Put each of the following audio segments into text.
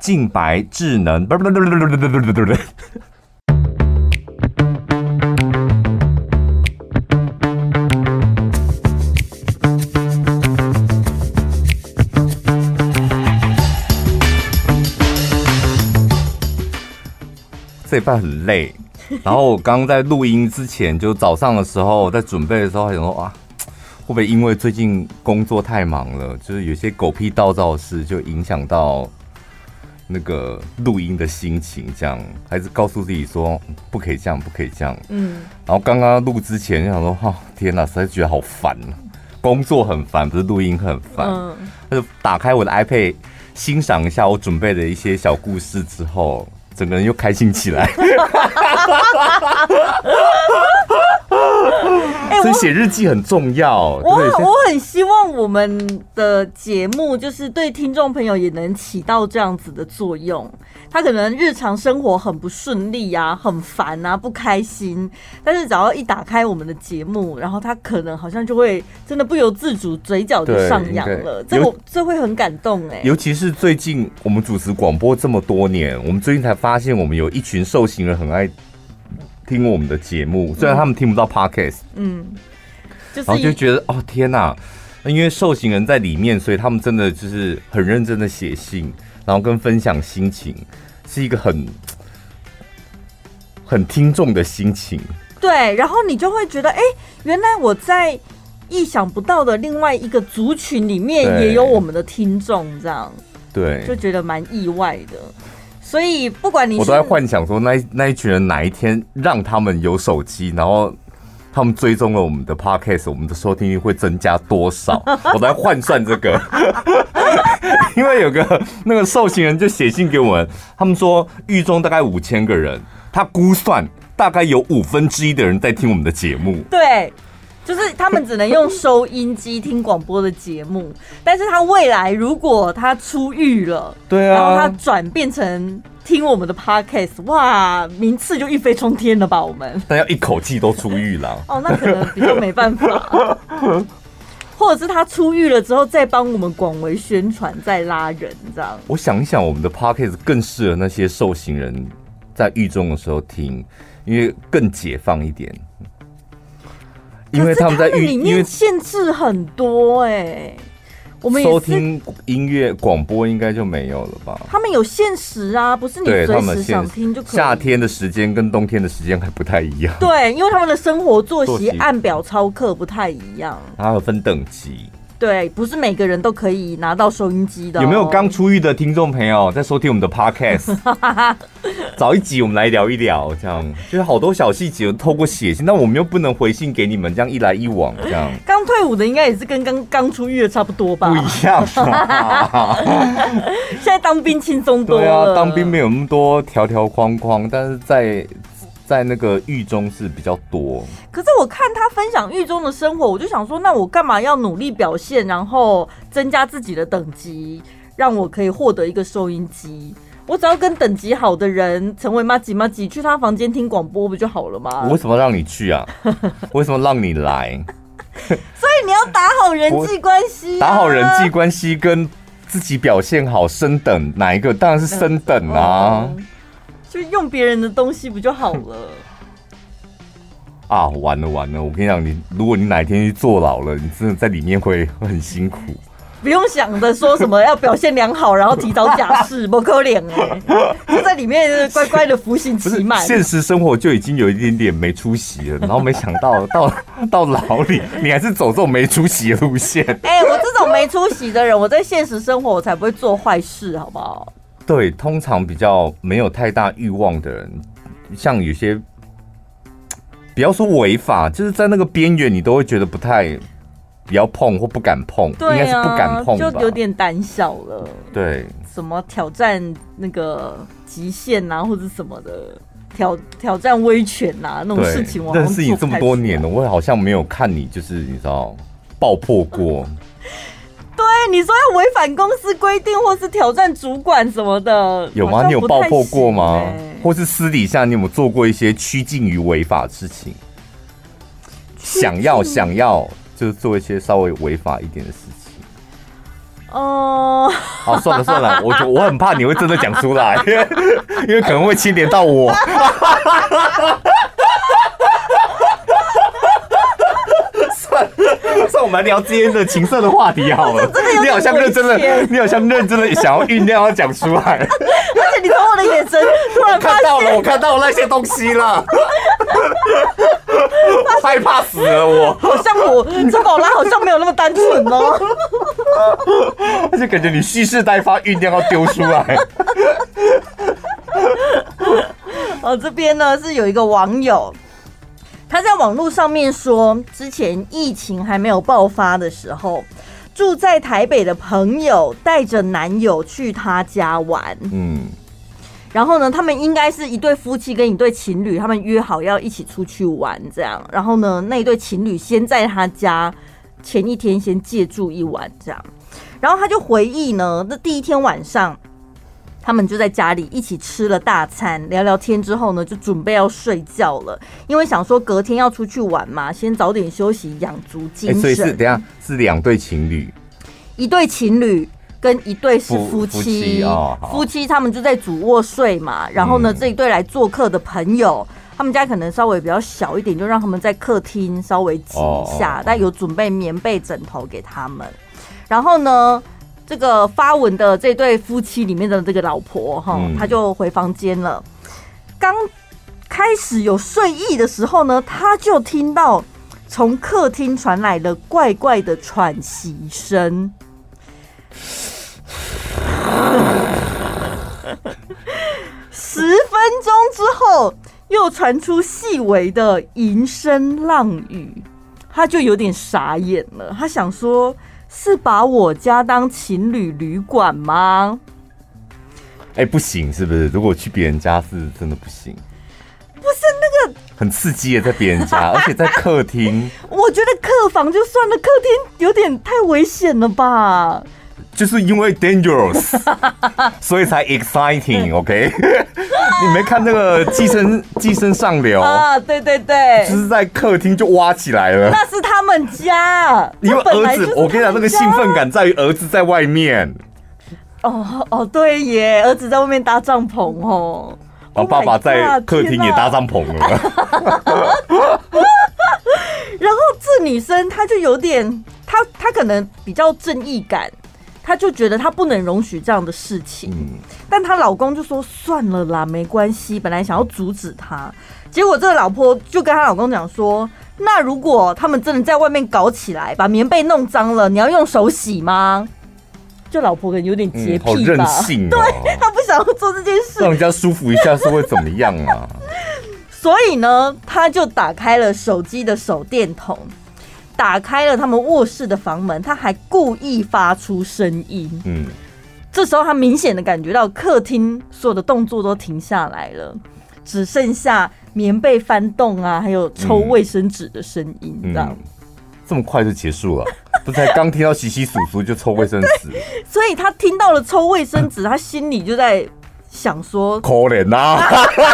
净白智能。这一半很累，然后我刚刚在录音之前，就早上的时候在准备的时候，还想说啊，会不会因为最近工作太忙了，就是有些狗屁倒灶的事，就影响到那个录音的心情，这样还是告诉自己说不可以这样，不可以这样。然后刚刚录之前就想说，哦，天哪，实在觉得好烦，工作很烦，不是录音很烦。就打开我的 iPad 欣赏一下我准备的一些小故事之后。整个人又开心起来，所以写日记很重要。 我很希望我们的节目就是对听众朋友也能起到这样子的作用。他可能日常生活很不顺利啊，很烦啊，不开心，但是只要一打开我们的节目，然后他可能好像就会真的不由自主，嘴角就上扬了。这会很感动哎。 尤其是最近我们主持广播这么多年，我们最近才发现我们有一群受刑人很爱听我们的节目，虽然他们听不到 podcast，然后就觉得哦天哪，因为受刑人在里面，所以他们真的就是很认真的写信。然后跟分享心情，是一个很听众的心情。 对，然后你就会觉得，哎，原来我在意想不到的另外一个族群里面也有我们的听众，这样， 对， 就觉得蛮意外的。所以不管你， 我都在幻想说那一群人哪一天让他们有手机，然后他们追踪了我们的 podcast， 我们的收听率会增加多少？我都在换算这个。因为有个那个受刑人就写信给我们，他们说狱中大概5000个人，他估算大概有1/5的人在听我们的节目。 对，就是他们只能用收音机听广播的节目，但是他未来如果他出狱了， 对啊， 然后他转变成听我们的 podcast， 哇，名次就一飞冲天了吧？我们但要一口气都出狱了， 哦，那可能比较没办法。或者是他出狱了之后，再帮我们广为宣传，再拉人这样。 我想一想，我们的 podcast 更适合那些受刑人在狱中的时候听，因为更解放一点。因为他们在狱里面限制很多哎，我们收听音乐广播应该就没有了吧？ 他们有限时啊，不是你随时想听就可以。 夏天的时间跟冬天的时间还不太一样。 对，因为他们的生活作息按表操课不太一样， 它有分等级。 对，不是每个人都可以拿到收音机的。 有没有刚出狱的听众朋友在收听我们的 podcast？ 早一集我们来聊一聊，这样就是好多小细节透过写信，但我们又不能回信给你们，这样一来一往，这样。 刚退伍的应该也是跟刚出狱的差不多吧？ 不一样啊！ 现在当兵轻松多了。 对啊，当兵没有那么多条条框框，但是在那个狱中是比较多。 可是我看他分享狱中的生活，我就想说，那我干嘛要努力表现，然后增加自己的等级，让我可以获得一个收音机？我只要跟等级好的人成为麻吉，去他房间听广播不就好了吗？ 我为什么让你去啊？为什么让你来？ 所以你要打好人际关系， 打好人际关系跟自己表现好，升等哪一个？当然是升等啊。 就用别人的东西不就好了？ 啊，完了！我跟你讲，如果你哪一天去坐牢了，你真的在里面会很辛苦。 不用想着说什么要表现良好，然后提早假释，不可怜哎，就在里面乖乖的服刑期满。 现实生活就已经有一点点没出息了，然后没想到到牢里，你还是走这种没出息的路线。 哎，我这种没出息的人，我在现实生活我才不会做坏事，好不好？ 对，通常比较没有太大欲望的人，像有些不要说违法，就是在那个边缘，你都会觉得不要碰或不敢碰， 对啊， 应该是不敢碰吧， 就有点胆小了。 对， 什么挑战那个极限啊，或者什么的挑战威权啊，那种事情我好像认识你这么多年了，我好像没有看你就是你知道爆破过。 对，你说要违反公司规定或是挑战主管什么的， 有吗？你有爆破过吗？或是私底下你有没有做过一些趋近于违法的事情？想要就是做一些稍微违法一点的事情。 哦， 好，算了，我很怕你会真的讲出来，因为可能会牵连到我。算我们聊今天的情色的话题好了。你好像认真的想要酝酿要讲出来，而且你从我的眼神突然发现， 我看到了那些东西了，害怕死了我。 好像这宝拉好像没有那么单纯哦， 而且感觉你蓄势待发，酝酿要丢出来。 这边呢是有一个网友。他在网络上面说，之前疫情还没有爆发的时候，住在台北的朋友带着男友去他家玩。然后呢，他们应该是一对夫妻跟一对情侣，他们约好要一起出去玩这样。然后呢，那一对情侣先在他家前一天先借住一晚这样。然后他就回忆呢，那第一天晚上，他们就在家里一起吃了大餐，聊聊天之后呢，就准备要睡觉了，因为想说隔天要出去玩嘛，先早点休息，养足精神。 所以是等一下是2对情侣， 一对情侣跟一对是夫妻，夫妻他们就在主卧睡嘛。然后呢，这一对来做客的朋友，他们家可能稍微比较小一点，就让他们在客厅稍微挤一下，但有准备棉被、枕头给他们。然后呢，这个发文的这对夫妻里面的这个老婆他就回房间了。刚开始有睡意的时候呢，他就听到从客厅传来了怪怪的喘息声。10分钟之后，又传出细微的吟声浪语，他就有点傻眼了。他想说，是把我家当情侣旅馆吗？ 不行，是不是？如果去别人家是真的不行。 不是那个很刺激耶，在别人家，而且在客厅。 我觉得客房就算了，客厅有点太危险了吧？ 就是因为 dangerous， 所以才 exciting。OK， 你没看那个寄生上流啊？对对对， 就是在客厅就挖起来了。 那是他们家， 因为儿子，我跟你讲，那个兴奋感在于儿子在外面。 哦，对耶，儿子在外面搭帐篷哦。 然后爸爸在客厅也搭帐篷了。 然后这女生她就有点，她可能比较正义感，她就觉得她不能容许这样的事情。但她老公就说算了啦，没关系。本来想要阻止她，结果这个老婆就跟她老公讲说，那如果他们真的在外面搞起来，把棉被弄脏了，你要用手洗吗？就老婆可能有点洁癖吧， 好任性哦。 对，她不想要做这件事， 让人家舒服一下是会怎么样啊？ 所以呢，她就打开了手机的手电筒，打开了他们卧室的房门，她还故意发出声音。这时候她明显的感觉到客厅所有的动作都停下来了，只剩下棉被翻动啊，还有抽卫生纸的声音，这样。 这么快就结束了？不才刚听到窸窸窣窣就抽卫生纸， 所以他听到了抽卫生纸，他心里就在想说： 可怜啊！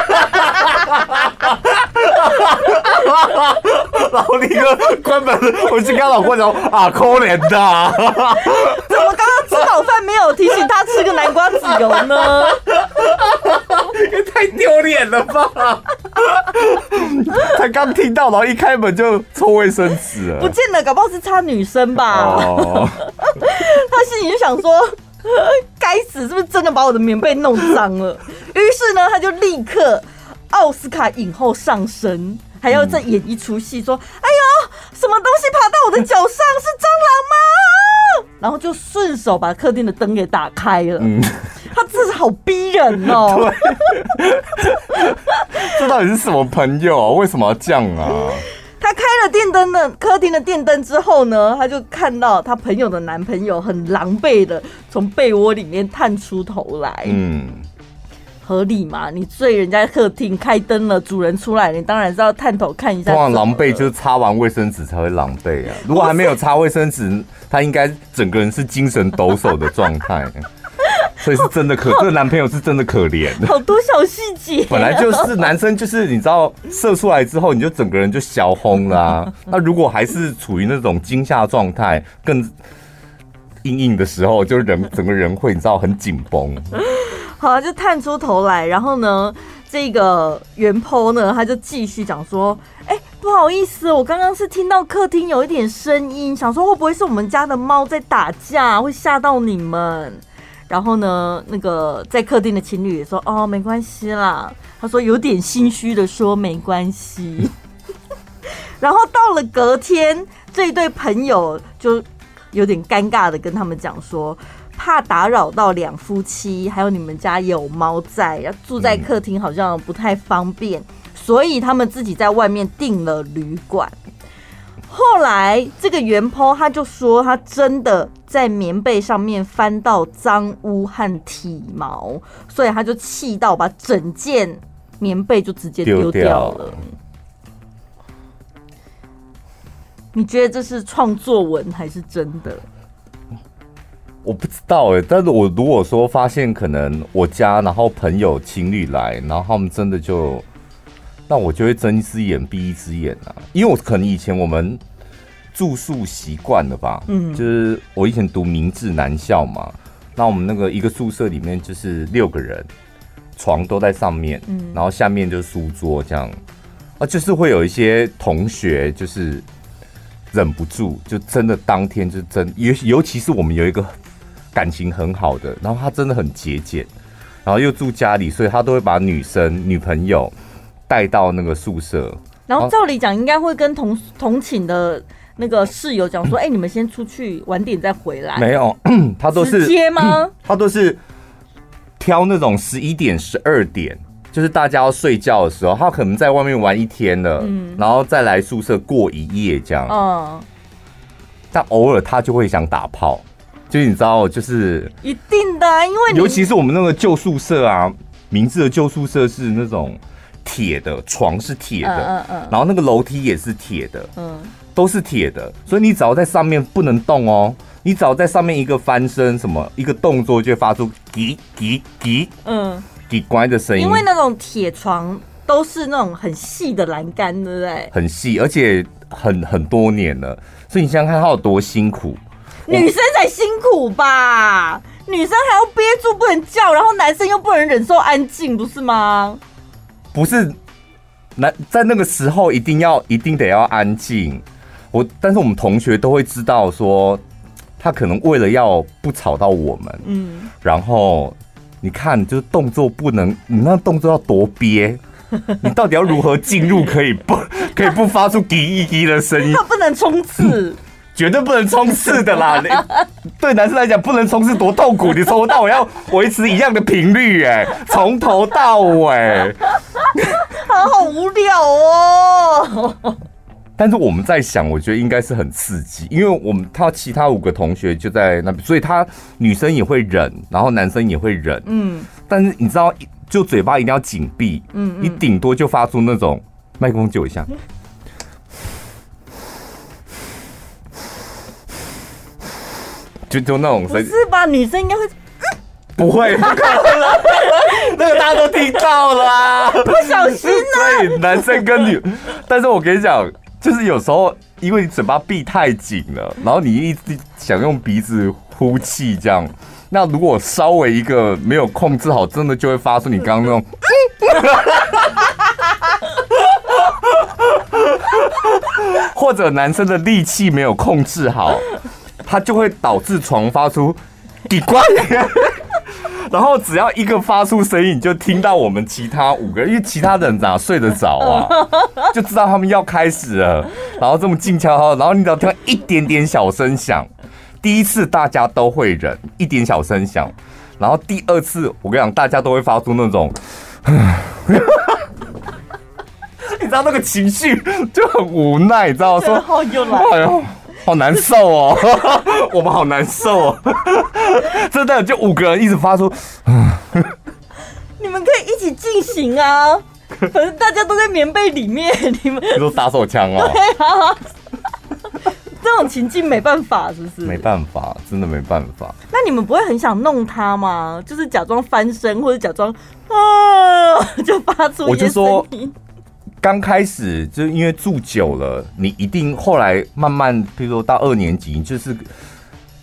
然后那个关门，我就跟他老公讲啊，可怜的。 怎么刚刚吃早饭没有提醒他吃个南瓜籽油呢？ 也太丢脸了吧！才刚听到，然后一开门就抽卫生纸了， 不见得，搞不好是擦女生吧。他心里就想说，该死，是不是真的把我的棉被弄脏了？于是呢，他就立刻奥斯卡影后上身，还要再演一出戏，说：“哎呦，什么东西爬到我的脚上？是蟑螂吗？”然后就顺手把客厅的灯给打开了。他真是好逼人哦！ 这到底是什么朋友啊？为什么要这样啊？ 他开了电灯的客厅的电灯之后呢，他就看到他朋友的男朋友很狼狈的从被窝里面探出头来。合理嘛？你睡人家客厅开灯了，主人出来，你当然是要探头看一下。 通常狼狈就是擦完卫生纸才会狼狈啊。如果还没有擦卫生纸，他应该整个人是精神抖擞的状态。所以是真的这个男朋友是真的可怜， 好多小细节。 本来就是男生，就是你知道射出来之后，你就整个人就小轰啦。那如果还是处于那种惊吓状态，更硬硬的时候，就整个人会你知道很紧绷。 好，就探出头来，然后呢，这个原 po 呢，他就继续讲说，不好意思，我刚刚是听到客厅有一点声音，想说会不会是我们家的猫在打架，会吓到你们。然后呢，那个在客厅的情侣也说，哦，没关系啦。他说有点心虚的说没关系。然后到了隔天，这一对朋友就有点尴尬的跟他们讲说，怕打扰到两夫妻，还有你们家有猫在，要住在客厅好像不太方便，所以他们自己在外面订了旅馆。后来这个原 po 他就说，他真的在棉被上面翻到脏污和体毛，所以他就气到把整件棉被就直接丢掉了。你觉得这是创作文还是真的？ 我不知道但是我如果说发现可能我家然后朋友情侣来，然后他们真的就，那我就会睁一只眼闭一只眼啊，因为我可能以前我们住宿习惯了吧，就是我以前读明治男校嘛，那我们那个一个宿舍里面就是6个人，床都在上面，然后下面就是书桌这样，就是会有一些同学就是忍不住，就真的当天就尤其是我们有一个感情很好的，然后他真的很节俭，然后又住家里，所以他都会把女朋友带到那个宿舍。 然后照理讲，应该会跟同寝的那个室友讲说：“你们先出去晚点再回来。”没有， 他都是直接吗？ 他都是挑那种11点、12点，就是大家要睡觉的时候，他可能在外面玩一天了，然后再来宿舍过一夜这样。但偶尔他就会想打炮。就是你知道，就是一定的因为尤其是我们那个旧宿舍啊，明治的旧宿舍是那种铁的，床是铁的，然后那个楼梯也是铁的，都是铁的，所以你只要在上面不能动哦，你只要在上面一个翻身，什么一个动作就会发出叽叽叽，叽乖的声音， 因为那种铁床都是那种很细的栏杆，对不对？ 很细，而且很多年了，所以你想想看它有多辛苦。 女生才辛苦吧，女生还要憋住不能叫，然后男生又不能忍受安静，不是吗？ 不是，在那个时候一定得要安静。但是我们同学都会知道说，他可能为了要不吵到我们，然后你看，就是动作不能，你那动作要多憋。你到底要如何进入可以不发出滴一滴的声音？ 他不能冲刺。 绝对不能冲刺的啦！对男生来讲，不能冲刺多痛苦。你从头到尾要维持一样的频率，从头到尾， 好无聊哦。 但是我们在想，我觉得应该是很刺激，因为他其他5个同学就在那边，所以他女生也会忍，然后男生也会忍，但是你知道，就嘴巴一定要紧闭，你顶多就发出那种麦克风救一下。就那种声音， 不是吧？女生应该会， 不会，不可能，那个大家都听到了啊， 不小心啊。 所以男生跟女，但是我跟你讲，就是有时候因为你嘴巴闭太紧了，然后你一直想用鼻子呼气这样，那如果稍微一个没有控制好，真的就会发出你刚刚那种。或者男生的力气没有控制好，他就会导致床发出“滴怪”，然后只要一个发出声音，你就听到我们其他5个人，因为其他人哪睡得着啊，就知道他们要开始了。然后这么静悄悄，然后你只要听到一点点小声响，第一次大家都会忍，一点小声响，然后第2次我跟你讲，大家都会发出那种。你知道那个情绪就很无奈，你知道说，哎呦，好难受哦，我们好难受哦，真的就5个人一直发出， 你们可以一起进行啊，反正大家都在棉被里面，你说打手枪哦， 对啊，这种情境没办法，是不是？ 没办法，真的没办法。 那你们不会很想弄他吗？就是假装翻身，或者假装就发出一些声音。 刚开始就因为住久了，你一定后来慢慢，比如说到2年级，就是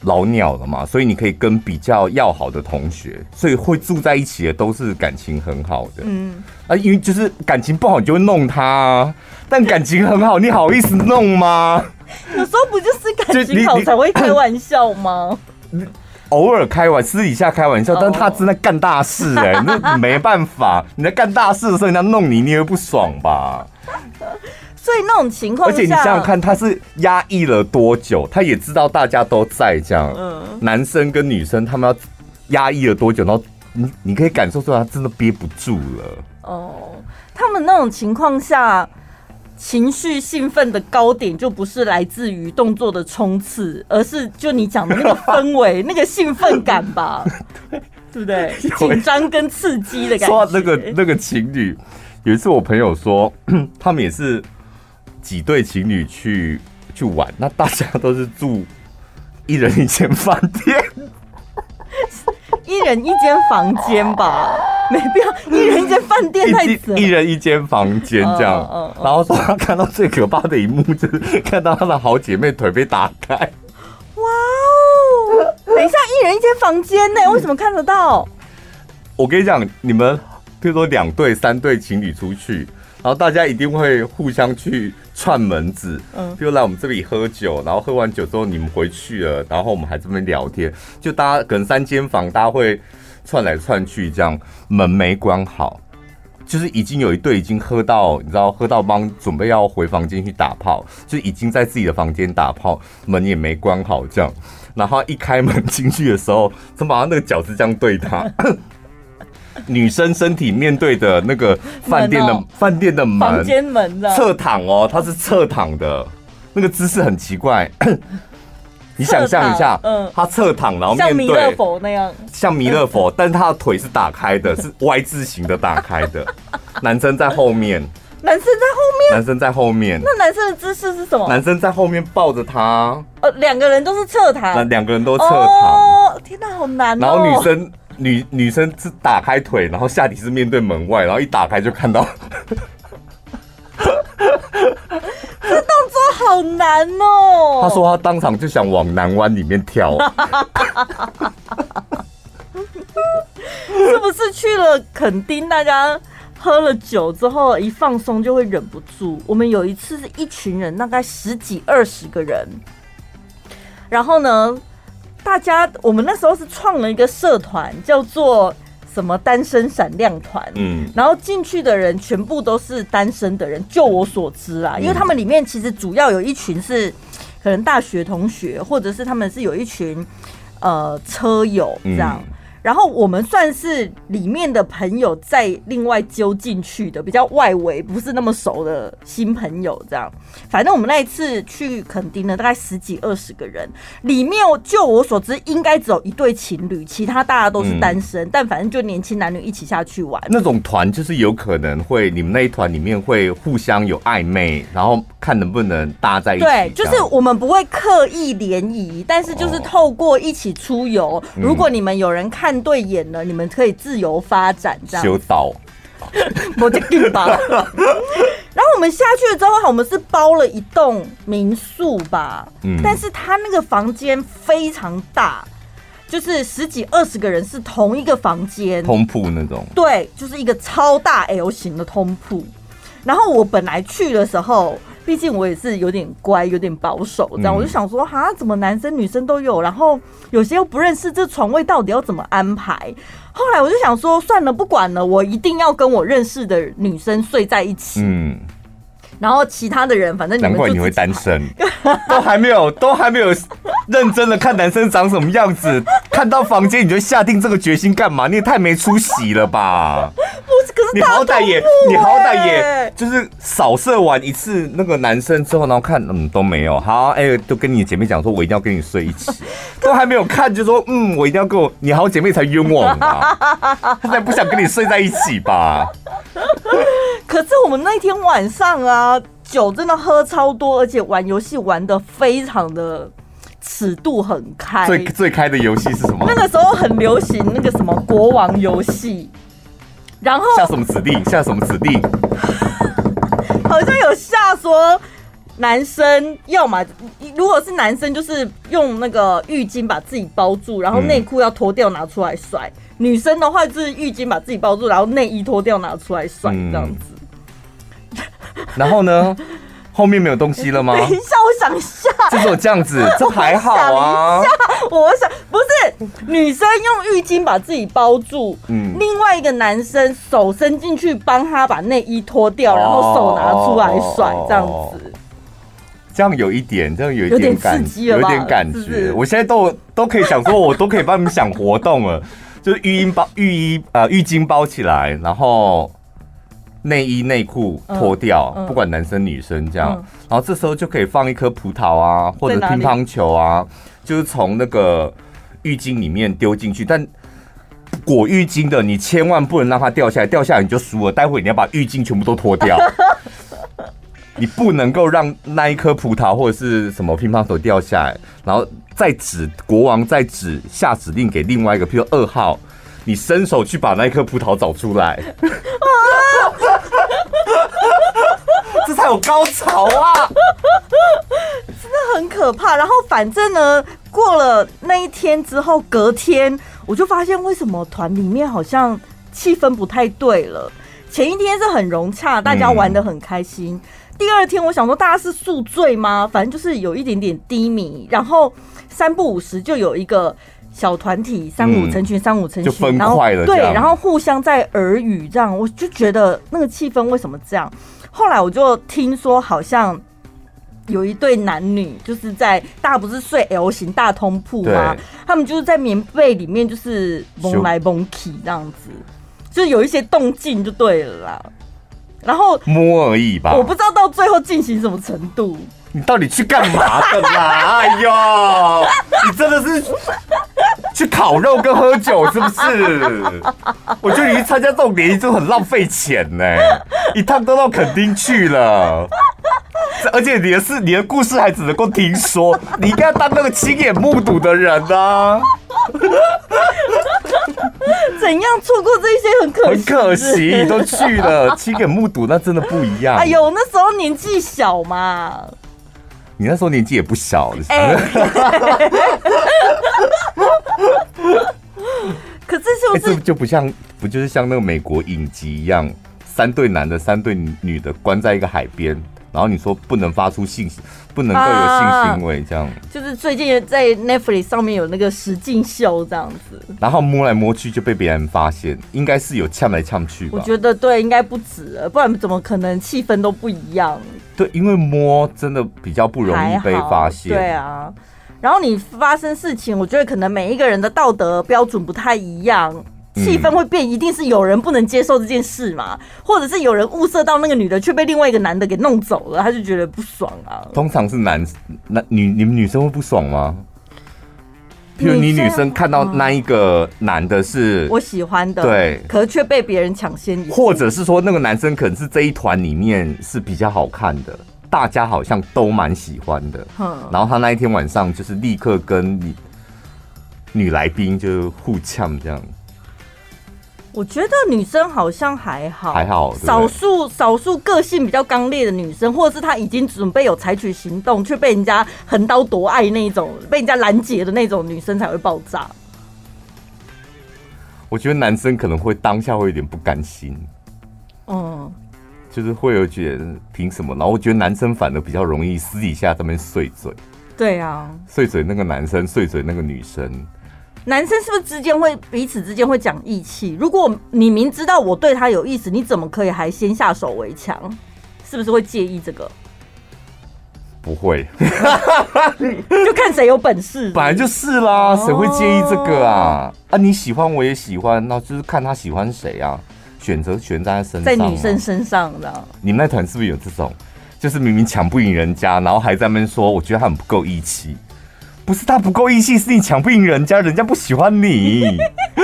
老鸟了嘛，所以你可以跟比较要好的同学，所以会住在一起的都是感情很好的。因为就是感情不好，你就会弄他啊。但感情很好，你好意思弄吗？ 有时候不就是感情好才会开玩笑吗？ 偶尔开玩笑，私底下开玩笑，但他真的干大事那没办法。你在干大事的时候，人家弄你，你也会不爽吧？ 所以那种情况下， 而且你想想看，他是压抑了多久？他也知道大家都在这样，男生跟女生他们要压抑了多久？然后你可以感受出来，他真的憋不住了。 他们那种情况下，情绪兴奋的高点就不是来自于动作的冲刺，而是就你讲的那个氛围、那个兴奋感吧，对不对？紧张跟刺激的感觉。 说到那个情侣，有一次我朋友说，他们也是几对情侣去玩，那大家都是住一人一间饭店。 一人一间房间吧，没必要。一人一间饭店太扯了。一人一间房间这样，然后说他看到最可怕的一幕就是看到他的好姐妹腿被打开。 哇哦！等一下，一人一间房间呢？为什么看得到？ 我跟你讲，你们比如说2对、3对情侣出去，然后大家一定会互相去串门子，比如来我们这里喝酒，然后喝完酒之后你们回去了，然后我们还这边聊天，就大家可能3间房，大家会串来串去，这样门没关好，就是已经有一对已经喝到，你知道喝到准备要回房间去打炮，就已经在自己的房间打炮，门也没关好这样，然后一开门进去的时候，怎么好像那个脚是这样对他？女生身体面对的那个饭店的门， 房间门的侧躺哦，它是侧躺的，那个姿势很奇怪。你想象一下，他侧躺，然后面对像弥勒佛那样， 像弥勒佛，但是他的腿是打开的，是 Y 字形的打开的。男生在后面， 男生在后面， 男生在后面。 那男生的姿势是什么？ 男生在后面抱着他， 两个人都是侧躺， 那2个人都侧躺。 哦，天哪，好难哦。 然后女生是打开腿，然后下体是面对门外，然后一打开就看到。 这动作好难哦。 他说他当场就想往南湾里面跳。 是不是去了垦丁，大家喝了酒之后一放松就会忍不住？我们有一次是一群人，大概10几20个人，然后呢，我们那时候是创了一个社团，叫做什么单身闪亮团，然后进去的人全部都是单身的人，就我所知啦，因为他们里面其实主要有一群是可能大学同学，或者是他们是有一群车友这样。然后我们算是里面的朋友再另外揪进去的，比较外围不是那么熟的新朋友这样。反正我们那一次去垦丁呢，大概10几20个人，里面就我所知应该只有1对情侣，其他大家都是单身，但反正就年轻男女一起下去玩。 那种团就是有可能会，你们那一团里面会互相有暧昧，然后看能不能搭在一起。 对，就是我们不会刻意联谊，但是就是透过一起出游，如果你们有人看对眼了，你们可以自由发展这样。 修岛， 我就定吧。然后我们下去了之后，我们是包了一栋民宿吧，但是他那个房间非常大，就是10几20个人是同一个房间， 通铺那种。 对，就是一个超大 L 型的通铺。然后我本来去的时候，毕竟我也是有点乖，有点保守，这样我就想说，怎么男生女生都有，然后有些又不认识，这床位到底要怎么安排？后来我就想说，算了，不管了，我一定要跟我认识的女生睡在一起。然后其他的人，反正你们就难怪你会单身，都还没有认真的看男生长什么样子，看到房间你就下定这个决心干嘛？你也太没出息了吧！ 可是你好歹也就是扫射完一次那个男生之后，然后看都没有，好都跟你姐妹讲说，我一定要跟你睡一起，都还没有看就说我一定要跟你好姐妹才冤枉吧，他才不想跟你睡在一起吧。 可是我们那天晚上啊，酒真的喝超多，而且玩游戏玩得非常的尺度很开。 最开的游戏是什么？ 那个时候很流行那个什么国王游戏，然后下什么指令？好像有下说男生要么如果是男生，就是用那个浴巾把自己包住，然后内裤要脱掉拿出来甩；女生的话就是浴巾把自己包住，然后内衣脱掉拿出来甩，这样子。 然后呢？后面没有东西了吗？ 等一下，我想一下， 就只有这样子，这还好啊。 我想不是女生用浴巾把自己包住，另外一个男生手伸进去帮他把内衣脱掉，然后手拿出来甩，这样子。 这样有一点刺激了吧， 有点感觉。是不是我现在都可以想说，我都可以帮你们想活动了，就是浴巾包起来，然后内衣内裤脱掉，不管男生女生这样，然后这时候就可以放一颗葡萄啊，或者乒乓球啊，就是从那个浴巾里面丢进去，但裹浴巾的你千万不能让它掉下来，掉下来你就输了，待会你要把浴巾全部都脱掉。你不能够让那一颗葡萄或者是什么乒乓球掉下来，然后国王再下指令给另外一个，譬如2号，你伸手去把那一颗葡萄找出来，这才有高潮啊！ 真的很可怕。然后反正呢，过了那一天之后，隔天我就发现为什么团里面好像气氛不太对了。前一天是很融洽，大家玩得很开心。第二天我想说大家是宿醉吗？反正就是有一点点低迷。然后3不5时就有一个小团体3、5成群， 就分块了， 对，然后互相在耳语这样，我就觉得那个气氛为什么这样？后来我就听说好像有一对男女，就是在大家不是睡 L 型大通铺吗？他们就是在棉被里面就是蒙来蒙去这样子，就是有一些动静就对了啦。然后摸而已吧， 我不知道到最后进行什么程度。 你到底去干嘛的啦？哎呦，你真的是去烤肉跟喝酒是不是？我觉得你去参加这种联谊就很浪费钱呢，一趟都到垦丁去了，而且你的故事还只能够听说，你应该要当那个亲眼目睹的人啊。 怎样错过这些很可惜， 你都去了，亲眼目睹那真的不一样。 哎呦，那时候年纪小嘛。 你那时候年纪也不小了， 可是是不是这就不就是像那个美国影集一样，3对男的3对女的关在一个海边，然后你说不能发出性，不能够有性行为，这样。 就是最近在 Netflix 上面有那个实境秀这样子， 然后摸来摸去就被别人发现，应该是有呛来呛去吧？ 我觉得对，应该不止了，不然怎么可能气氛都不一样？ 对，因为摸真的比较不容易被发现。 对啊，然后你发生事情，我觉得可能每一个人的道德标准不太一样。气氛会变，一定是有人不能接受这件事嘛，或者是有人物色到那个女的，却被另外一个男的给弄走了，他就觉得不爽啊。 通常是你们女生会不爽吗？譬如你女生看到那一个男的是我喜欢的， 对， 可是却被别人抢先一步， 或者是说那个男生可能是这一团里面是比较好看的，大家好像都蛮喜欢的，然后他那一天晚上就是立刻跟女来宾就互呛这样。 我觉得女生好像还好，少数个性比较刚烈的女生，或者是她已经准备有采取行动，却被人家横刀夺爱那一种，被人家拦截的那种女生才会爆炸。 我觉得男生可能会当下会有点不甘心，就是会有觉得凭什么？然后我觉得男生反而比较容易私底下在那边碎嘴。 对啊， 碎嘴那个男生，碎嘴那个女生。 男生是不是彼此之间会讲义气？如果你明知道我对他有意思，你怎么可以还先下手为强？是不是会介意这个？ 不会， 就看谁有本事。 本来就是啦，谁会介意这个啊？啊，你喜欢我也喜欢，那就是看他喜欢谁啊，选择权在他身上， 在女生身上的。 你们那团是不是有这种？就是明明抢不赢人家，然后还在那边说，我觉得他很不够义气。不是他不够义气，是你抢不赢人家，人家不喜欢你，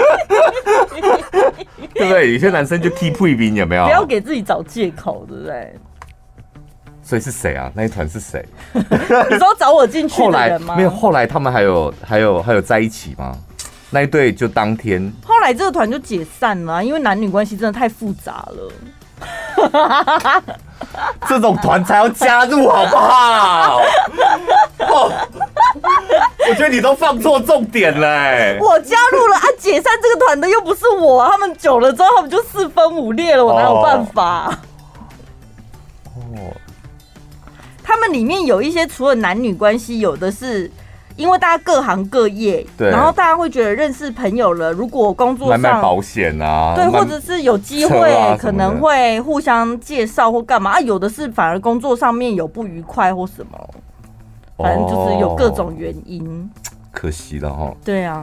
对不对？有些男生就 keep 一兵，有没有？ 不要给自己找借口，对不对？ 所以是谁啊？那一团是谁？ 你说找我进去的人吗？ 没有，后来他们还有在一起吗？那一对就当天， 后来这个团就解散了，因为男女关系真的太复杂了。 这种团才要加入好不好？哦，我觉得你都放错重点嘞。 我加入了啊，解散这个团的又不是我，他们久了之后他们就四分五裂了，我哪有办法？哦，他们里面有一些除了男女关系，有的是。因为大家各行各业，对，然后大家会觉得认识朋友了，如果工作上卖保险啊， 对，或者是有机会、可能会互相介绍或干嘛啊，有的是反而工作上面有不愉快或什么，反正就是有各种原因。 可惜了哈。 对啊。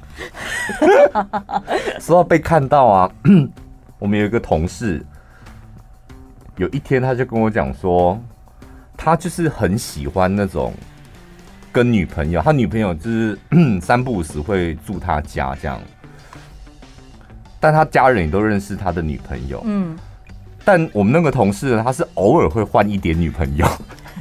说到被看到啊，我们有一个同事，有一天他就跟我讲说，他就是很喜欢那种。跟女朋友，他女朋友就是3不5时会住他家这样，但他家人也都认识他的女朋友。但我们那个同事呢，他是偶尔会换一点女朋友，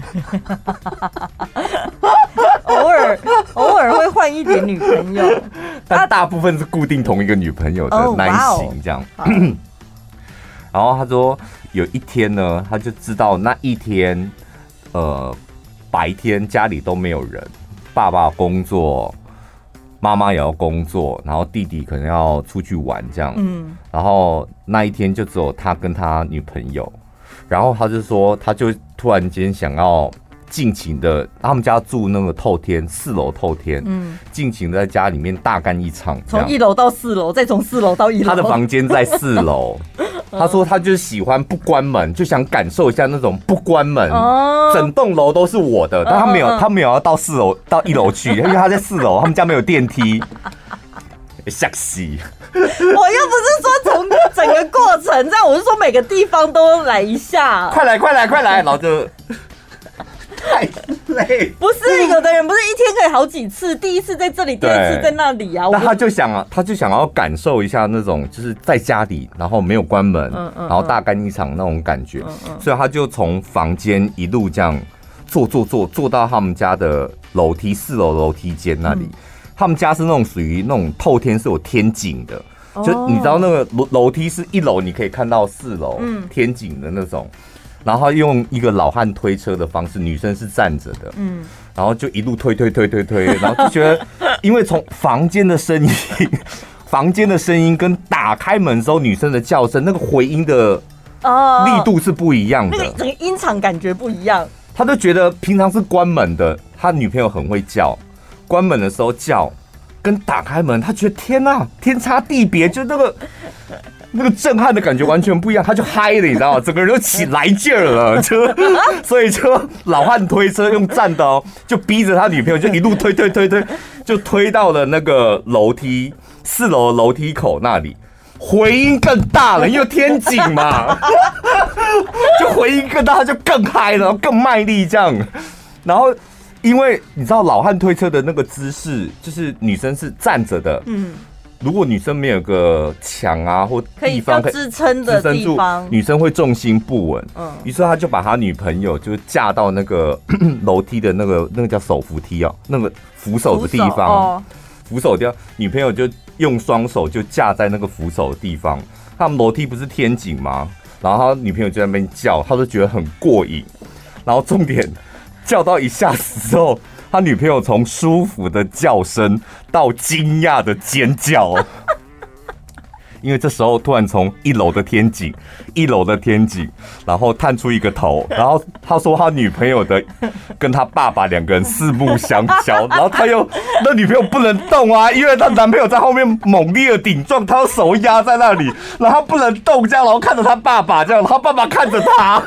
偶尔会换一点女朋友， 但大部分是固定同一个女朋友的男型这样。然后他说有一天呢，他就知道那一天，白天家里都没有人，爸爸工作，妈妈也要工作，然后弟弟可能要出去玩这样。然后那一天就只有他跟他女朋友，然后他就说，他就突然间想要尽情的，他们家住那个透天4楼透天，尽情的在家里面大干一场， 从1楼到4楼，再从4楼到1楼。 他的房间在4楼。他说他就是喜欢不关门，就想感受一下那种不关门，整栋楼都是我的，但他没有要到4楼到1楼去，因为他在4楼，他们家没有电梯。吓死！ 我又不是说从整个过程这样，我是说每个地方都来一下。 快来，然后就。太累， 不是有的人不是一天可以好几次，第一次在这里，第二次在那里啊。 那他就想要感受一下那种就是在家里，然后没有关门，然后大干一场那种感觉，所以他就从房间一路这样坐到他们家的楼梯4楼楼梯间那里。他们家是那种属于那种透天是有天井的，就你知道那个楼梯是1楼你可以看到4楼天井的那种。然后用一个老汉推车的方式，女生是站着的，然后就一路推，然后就觉得，因为从房间的声音跟打开门的时候女生的叫声，那个回音的力度是不一样的， 那个整个音场感觉不一样。 他就觉得平常是关门的，他女朋友很会叫，关门的时候叫，跟打开门，他觉得天哪，天差地别，就那个震撼的感觉完全不一样，他就嗨了，你知道吗？整个人就起来劲儿了，所以就老汉推车用站的哦，就逼着他女朋友就一路推，就推到了那个楼梯4楼楼梯口那里，回音更大了，因为天井嘛，就回音更大，他就更嗨了，更卖力这样，然后。因为你知道老汉推车的那个姿势，就是女生是站着的，如果女生没有个墙啊或地方可以支撑的地方， 女生会重心不稳。于是他就把他女朋友就架到那个楼梯的那个叫手扶梯啊，那个扶手的地方，扶手地方，女朋友就用双手就架在那个扶手的地方。他们楼梯不是天井吗？然后他女朋友就在那边叫，他就觉得很过瘾。然后重点。叫到一下子之后，他女朋友从舒服的叫声到惊讶的尖叫，因为这时候突然从1楼的天井，然后探出一个头，然后他说他女朋友的跟他爸爸2个人四目相交，然后那女朋友不能动啊，因为她男朋友在后面猛烈的顶撞，他手压在那里，然后他不能动这样，然后看着他爸爸这样，他爸爸看着他。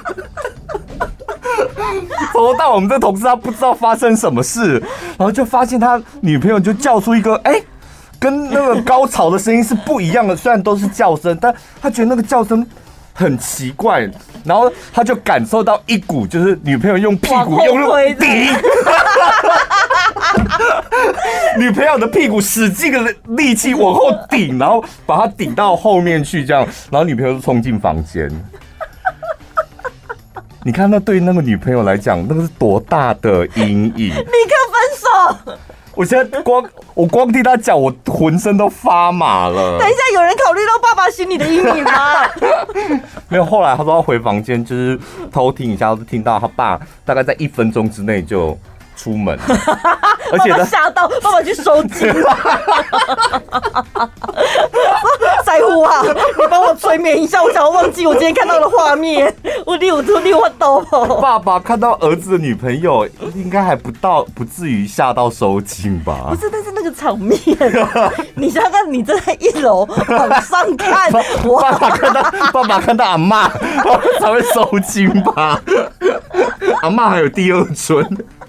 从头到我们这同事他不知道发生什么事，然后就发现他女朋友就叫出一个跟那个高潮的声音是不一样的，虽然都是叫声，但他觉得那个叫声很奇怪，然后他就感受到一股就是女朋友用屁股用顶，女朋友的屁股使劲的力气往后顶，然后把他顶到后面去这样，然后女朋友就冲进房间。你看，那对那个女朋友来讲，那个是多大的阴影？ 立刻分手。 我现在光听他讲，我浑身都发麻了。 等一下，有人考虑到爸爸心里的阴影吗？ 没有，后来他说要回房间，就是偷听一下，就听到他爸大概在1分钟之内就出门了，而且他吓到，爸爸去收金。在乎啊，你帮我催眠一下，我想要忘记我今天看到的画面。我六抖。 爸爸看到儿子的女朋友，应该还不至于吓到收惊吧？ 不是，但是那个场面，你想想看，你站在1楼往上看， 爸爸看到阿嬷才会收惊吧？阿嬷还有第二春。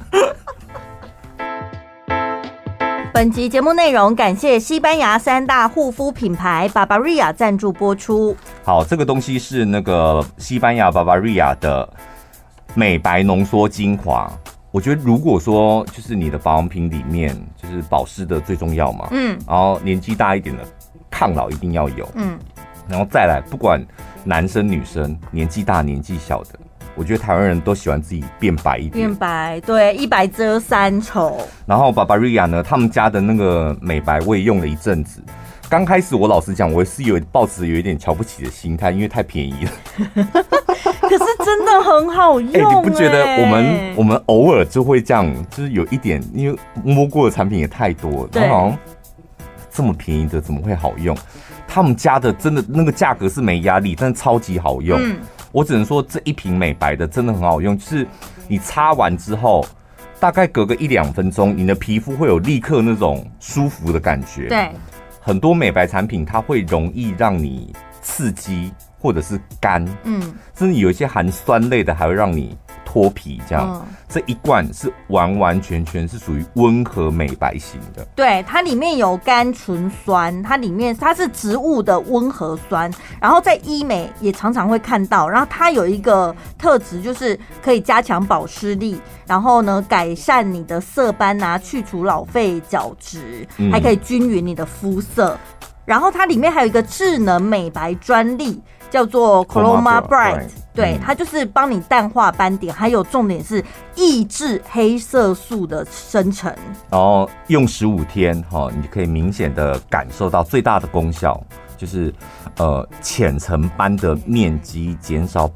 本集节目内容感谢西班牙3大护肤品牌 Barbaria 赞助播出。 好，这个东西是那个西班牙 Barbaria 的美白浓缩精华。我觉得如果说就是你的保养品里面就是保湿的最重要嘛，然后年纪大一点的抗老一定要有，然后再来不管男生女生，年纪大年纪小的。我觉得台湾人都喜欢自己变白一点， 变白，对，一白遮三丑。然后 Barbaria 呢，他们家的那个美白我也用了一阵子。刚开始我老实讲，我是抱持有一点瞧不起的心态，因为太便宜了。 可是真的很好用， 你不觉得我们偶尔就会这样，就是有一点，因为摸过的产品也太多了，然后好像这么便宜的怎么会好用？他们家的真的那个价格是没压力，但是超级好用。我只能说这一瓶美白的真的很好用，就是你擦完之后，大概隔个1-2分钟，你的皮肤会有立刻那种舒服的感觉。 对， 很多美白产品它会容易让你刺激或者是干，甚至有一些含酸类的还会让你脱皮这样。这一罐是完完全全是属于温和美白型的。 对，它里面有甘醇酸，它是植物的温和酸，然后在医美也常常会看到。然后它有一个特质，就是可以加强保湿力，然后呢改善你的色斑啊，去除老废角质，还可以均匀你的肤色。然后它里面还有一个智能美白专利，叫做 Chroma Bright， 对，它就是帮你淡化斑点，还有重点是抑制黑色素的生成。 然后用15天，你就可以明显的感受到最大的功效，就是浅层斑的面积减少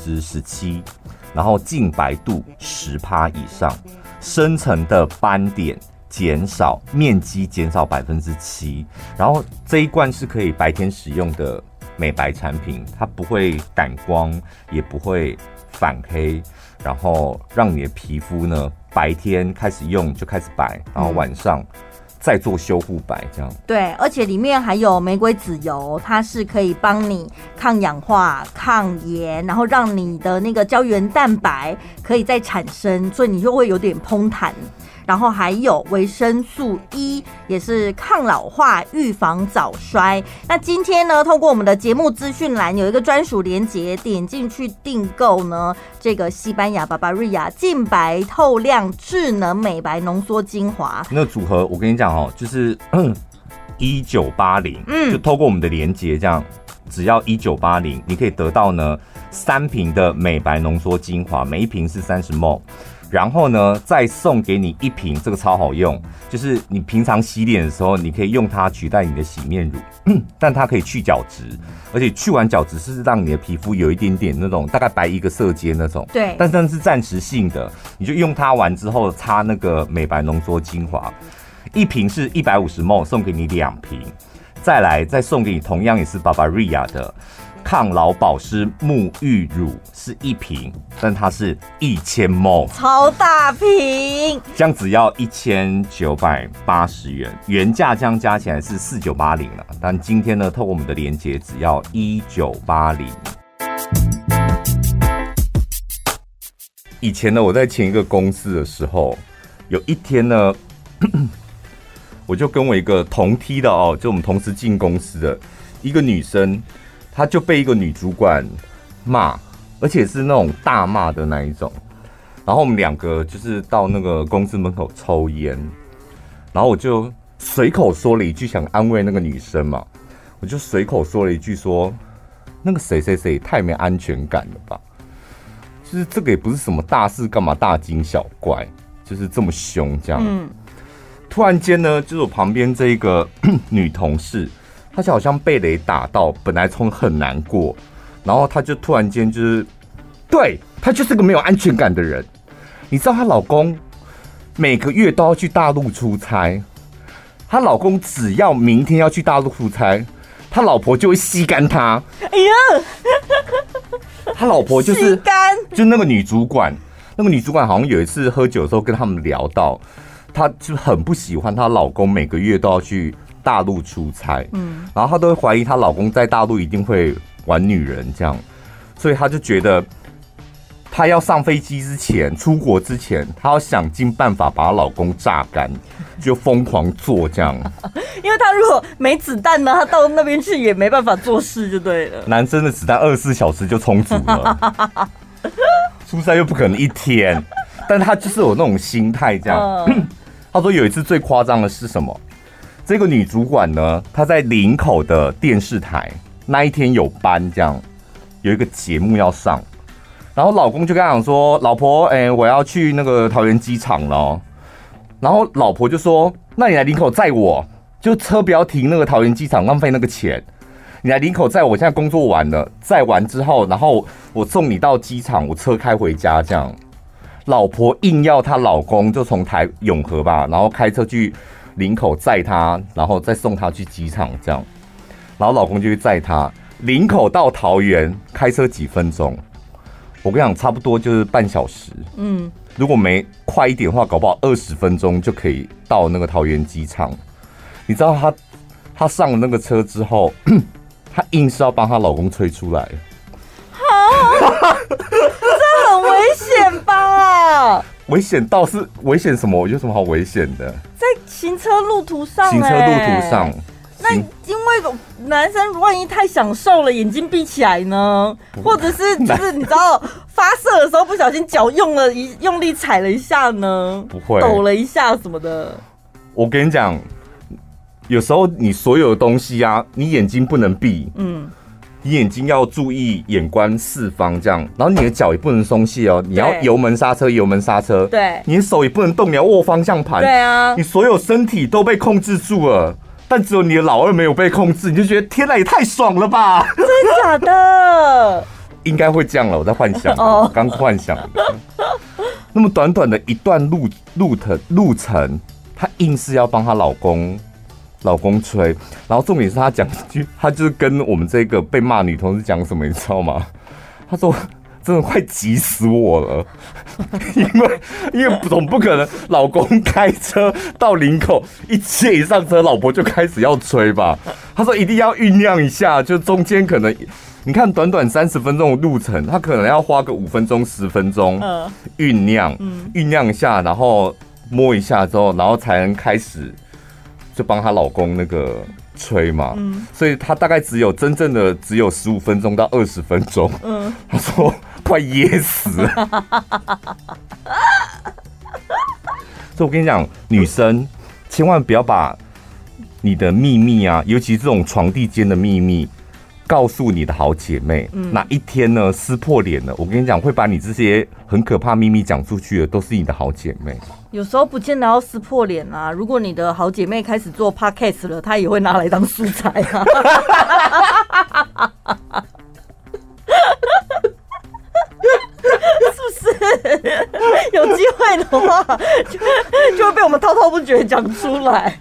17%，然后净白度10%以上，深层的斑点面积减少7%，然后这一罐是可以白天使用的美白产品，它不会感光，也不会反黑，然后让你的皮肤呢白天开始用就开始白，然后晚上再做修护白，这样。 对，而且里面还有玫瑰籽油，它是可以帮你抗氧化、抗炎，然后让你的那个胶原蛋白可以再产生，所以你就会有点嘭弹。然后还有维生素 E， 也是抗老化、预防早衰。那今天呢，透过我们的节目资讯栏有一个专属连结，点进去订购呢，这个西班牙 Barbaria 净白透亮智能美白浓缩精华。 那个组合我跟你讲就是1980，就透过我们的连结这样，只要1980，你可以得到呢3瓶的美白浓缩精华，每一瓶是30ml。然后呢，再送给你1瓶，这个超好用，就是你平常洗脸的时候，你可以用它取代你的洗面乳，但它可以去角质，而且去完角质是让你的皮肤有一点点那种大概白一个色阶那种， 对， 但是暂时性的，你就用它完之后擦那个美白浓缩精华，1瓶是150ml，送给你2瓶，再送给你同样也是 Barbaria 的抗老保湿沐浴乳，是1瓶，但它是1000ml， 超大瓶， 这样只要1980元，原价这样加起来是4980了。但今天呢，透过我们的连结，只要1980。以前呢，我在前一个公司的时候，有一天呢，我就跟我一个同梯的就我们同时进公司的一个女生。他就被一个女主管骂，而且是那种大骂的那一种。然后我们2个就是到那个公司门口抽烟，然后我就随口说了一句，想安慰那个女生嘛，我就随口说了一句说，那个谁谁谁太没安全感了吧？就是这个也不是什么大事，干嘛大惊小怪，就是这么凶这样。 突然间呢，就是我旁边这一个女同事，她就好像被雷打到，本来从很难过，然后她就突然间就是，对，她就是个没有安全感的人。你知道她老公每个月都要去大陆出差，她老公只要明天要去大陆出差，她老婆就会吸干他。哎呀，她老婆就是就那个女主管，那个女主管好像有一次喝酒的时候跟他们聊到。她就很不喜欢她老公每个月都要去大陆出差，然后她都会怀疑她老公在大陆一定会玩女人这样，所以她就觉得她要上飞机之前、出国之前，她要想尽办法把她老公榨干，就疯狂做这样。 因为她如果没子弹呢，她到那边去也没办法做事就对了。 男生的子弹24小时就充足了，出差又不可能一天，但她就是有那种心态这样。他说有一次最夸张的是什么？这个女主管呢，她在林口的电视台那一天有班，这样有一个节目要上，然后老公就跟她讲说：“老婆，我要去那个桃园机场了。”然后老婆就说：“那你来林口载我，就车不要停那个桃园机场，浪费那个钱。你来林口载我，现在工作完了，载完之后，然后我送你到机场，我车开回家这样。”老婆硬要她老公就从永和吧，然后开车去林口载她，然后再送她去机场这样，然后老公就去载她。林口到桃园开车几分钟？我跟你讲，差不多就是半小时。如果没快一点的话，搞不好20分钟就可以到那个桃园机场。你知道她上了那个车之后，她硬是要帮她老公吹出来。 这很危险吧？ 危险倒是危险什么？有什么好危险的？ 在行车路途上，那因为男生万一太享受了，眼睛闭起来呢，或者是就是你知道发射的时候不小心脚用力踩了一下呢， 不会抖了一下什么的。 我跟你讲，有时候你所有的东西啊，你眼睛不能闭，你眼睛要注意眼观四方，这样，然后你的脚也不能松懈哦，你要油门刹车，对，你的手也不能动，你要握方向盘， 对啊， 你所有身体都被控制住了，但只有你的老二没有被控制，你就觉得天哪，也太爽了吧？ 真的假的？ 应该会这样了，我在幻想，刚幻想的。那么短短的一段路程，她硬是要帮她老公吹，然后重点是他讲一句，他就是跟我们这个被骂女同事讲什么，你知道吗？他说：“真的快急死我了，因为总不可能老公开车到林口一上车，老婆就开始要吹吧？”他说一定要酝酿一下，就中间可能你看短短30分钟的路程，他可能要花个5分钟10分钟酝酿一下，然后摸一下之后，然后才能开始。就帮她老公那个吹嘛，所以她大概真正的只有15分钟到20分钟。她说快噎死了。所以我跟你讲，女生千万不要把你的秘密啊，尤其这种床地间的秘密，告诉你的好姐妹。哪一天呢撕破脸了，我跟你讲，会把你这些很可怕秘密讲出去的，都是你的好姐妹。 有时候不见得要撕破脸啊，如果你的好姐妹开始做 podcast 了，她也会拿来当素材啊。是不是？有机会的话，就会被我们滔滔不绝讲出来。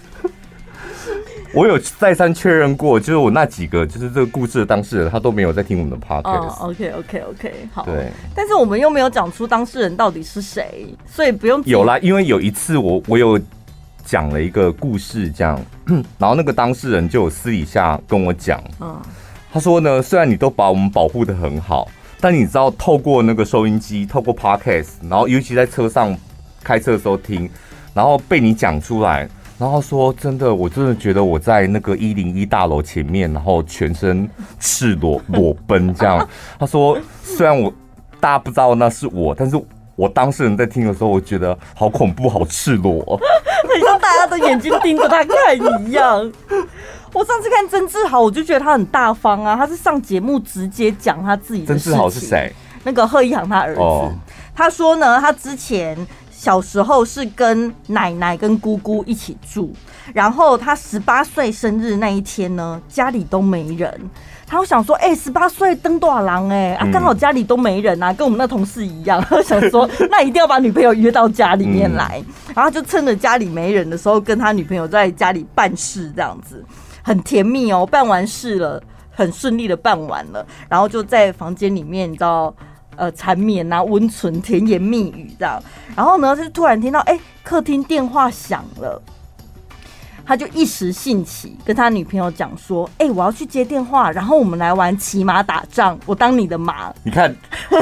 我有再三确认过，就是我那几个就是这个故事的当事人，他都没有在听我们的 podcast。 OK， 好。 对。但是我们又没有讲出当事人到底是谁，所以不用。 有啦，因为有一次我有讲了一个故事，这样，然后那个当事人就有私底下跟我讲，他说呢，虽然你都把我们保护得很好，但你知道透过那个收音机，透过 podcast， 然后尤其在车上开车的时候听，然后被你讲出来。然后说真的，我真的觉得我在那个101大楼前面，然后全身赤裸裸奔这样。他说，虽然大家不知道那是我，但是我当事人在听的时候，我觉得好恐怖，好赤裸， 很像大家的眼睛盯着他看一样。我上次看曾志豪，我就觉得他很大方啊，他是上节目直接讲他自己的事情。 曾志豪是谁？ 那个贺一航他儿子。他说呢，他之前小时候是跟奶奶跟姑姑一起住，然后他18岁生日那一天呢，家里都没人。他想说，18岁登大人刚好家里都没人啊，跟我们那同事一样。他想说，那一定要把女朋友约到家里面来，然后就趁着家里没人的时候，跟他女朋友在家里办事，这样子很甜蜜哦。办完事了，很顺利的办完了，然后就在房间里面，你知道。缠绵啊，温存，甜言蜜语这样。然后呢，就突然听到，客厅电话响了。他就一时兴起，跟他女朋友讲说：“我要去接电话，然后我们来玩骑马打仗，我当你的马。” 你看，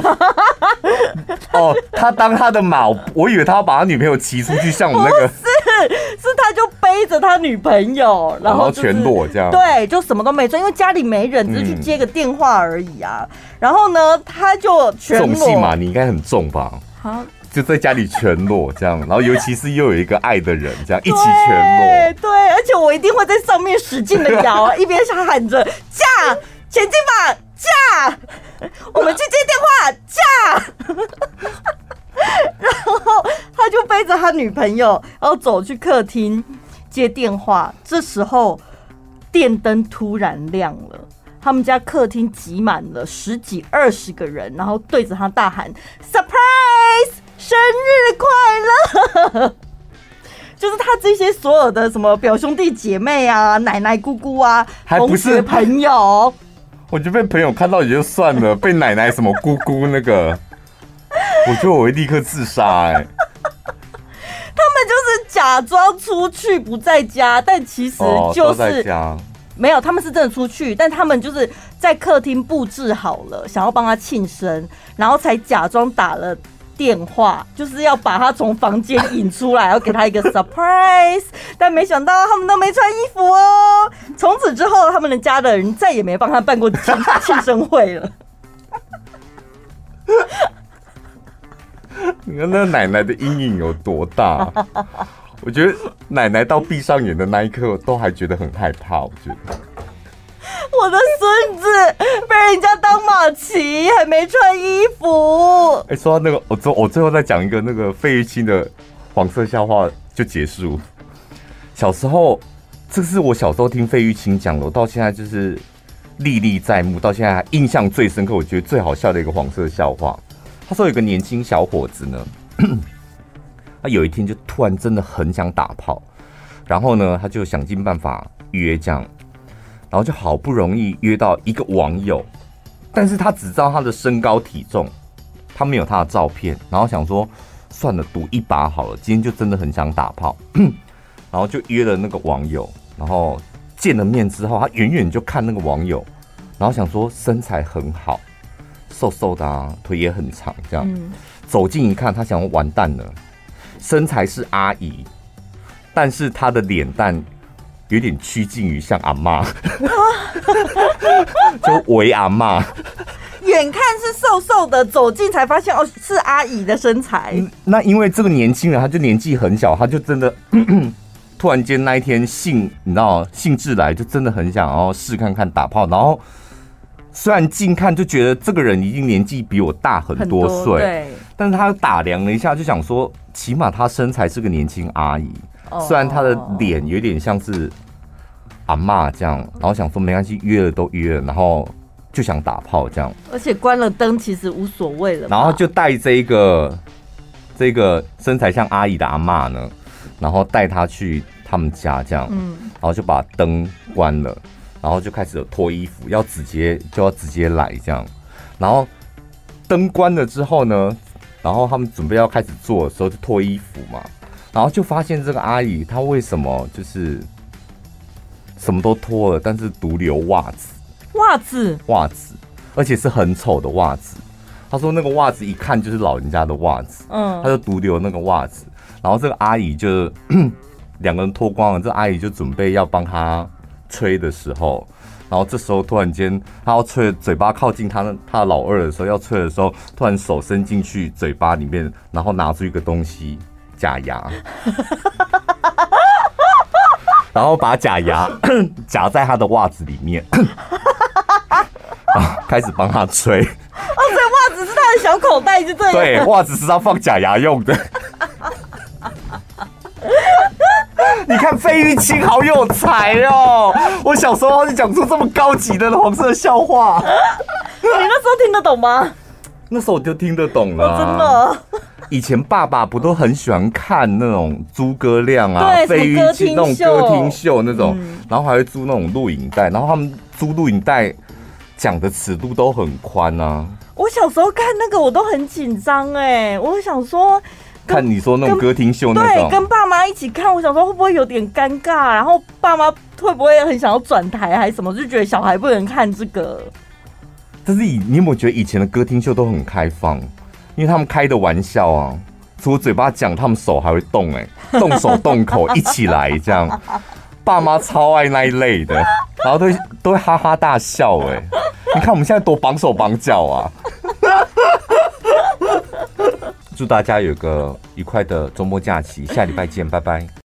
他当他的马，我以为他要把他女朋友骑出去，像我们那个， 是他就背着他女朋友，然后、 全裸这样， 对，就什么都没做，因为家里没人，只是去接个电话而已啊。然后呢，他就全裸。 重戏嘛，你应该很重吧？好。就在家里全裸这样，然后尤其是又有一个爱的人这样一起全裸， 对，而且我一定会在上面使劲的摇啊，一边喊着驾前进吧驾，我们去接电话驾，然后他就背着他女朋友，然后走去客厅接电话。这时候电灯突然亮了。他们家客厅挤满了10几20个人，然后对着他大喊 ：“Surprise！ 生日快乐！”就是他这些所有的什么表兄弟姐妹啊、奶奶姑姑啊、同学朋友， 我就被朋友看到也就算了，被奶奶什么姑姑那个，我觉得我会立刻自杀他们就是假装出去不在家，但其实就是、 在家。 没有，他们是真的出去，但他们就是在客厅布置好了，想要帮他庆生，然后才假装打了电话，就是要把他从房间引出来，要给他一个 surprise。但没想到他们都没穿衣服哦。从此之后，他们的家的人再也没帮他办过庆生会了。 你看那奶奶的阴影有多大？我觉得奶奶到闭上眼的那一刻，都还觉得很害怕。我觉得我的孙子被人家当马骑，还没穿衣服。 说到那个，我最后再讲一个那个费玉清的黄色笑话就结束。小时候，这是我小时候听费玉清讲的，我到现在就是历历在目，到现在还印象最深刻，我觉得最好笑的一个黄色笑话。他说有个年轻小伙子呢。他有一天就突然真的很想打炮，然后呢，他就想尽办法约这样，然后就好不容易约到一个网友，但是他只知道他的身高体重，他没有他的照片，然后想说算了，赌一把好了，今天就真的很想打炮，然后就约了那个网友，然后见了面之后，他远远就看那个网友，然后想说身材很好，瘦瘦的啊，腿也很长，这样，走近一看，他想完蛋了。身材是阿姨，但是她的脸蛋有点趋近于像阿嬷，就为阿嬷。 远看是瘦瘦的，走近才发现是阿姨的身材。 那因为这个年轻人，他就年纪很小，他就真的突然间那一天你知道兴致来，就真的很想要试看看打炮。然后虽然近看就觉得这个人已经年纪比我大很多岁， 对， 但是他打量了一下，就想说，起码他身材是个年轻阿姨，虽然他的脸有点像是阿嬷这样，然后想说没关系，约了都约了，然后就想打炮这样， 而且关了灯其实无所谓了， 然后就带这个身材像阿姨的阿嬷呢，然后带他去他们家这样，然后就把灯关了。然后就开始脱衣服，要直接来这样，然后灯关了之后呢，然后他们准备要开始做的时候就脱衣服嘛，然后就发现这个阿姨她为什么就是什么都脱了，但是独留袜子，而且是很丑的袜子。她说那个袜子一看就是老人家的袜子，她就独留那个袜子，然后这个阿姨就两个人脱光了，这个阿姨就准备要帮她吹的时候，然后这时候突然间他要吹，嘴巴靠近他的老二的时候，要吹的时候，突然手伸进去嘴巴里面，然后拿出一个东西假牙，然后把假牙夹在他的袜子里面，开始帮他吹。 所以袜子是他的小口袋，就对了。 对，袜子是他放假牙用的。 你看费玉清好有才哦！我小时候就讲出这么高级的黄色笑话。 你那时候听得懂吗？ 那时候我就听得懂了、 真的。 以前爸爸不都很喜欢看那种诸葛亮啊、 对， 费玉清那种歌厅秀那种，然后还会租那种录影带，然后他们租录影带讲的尺度都很宽啊。 我小时候看那个我都很紧张哎，我想说。 看你说那种歌厅秀那种， 对，跟爸妈一起看，我想说会不会有点尴尬，然后爸妈会不会很想要转台还是什么，就觉得小孩不能看这个。 但是你有没有觉得以前的歌厅秀都很开放？因为他们开的玩笑啊，除了嘴巴讲，他们手还会动动手动口一起来这样。爸妈超爱那一类的，然后都会哈哈大笑你看我们现在多绑手绑脚啊！祝大家有个愉快的周末假期，下礼拜见，拜拜。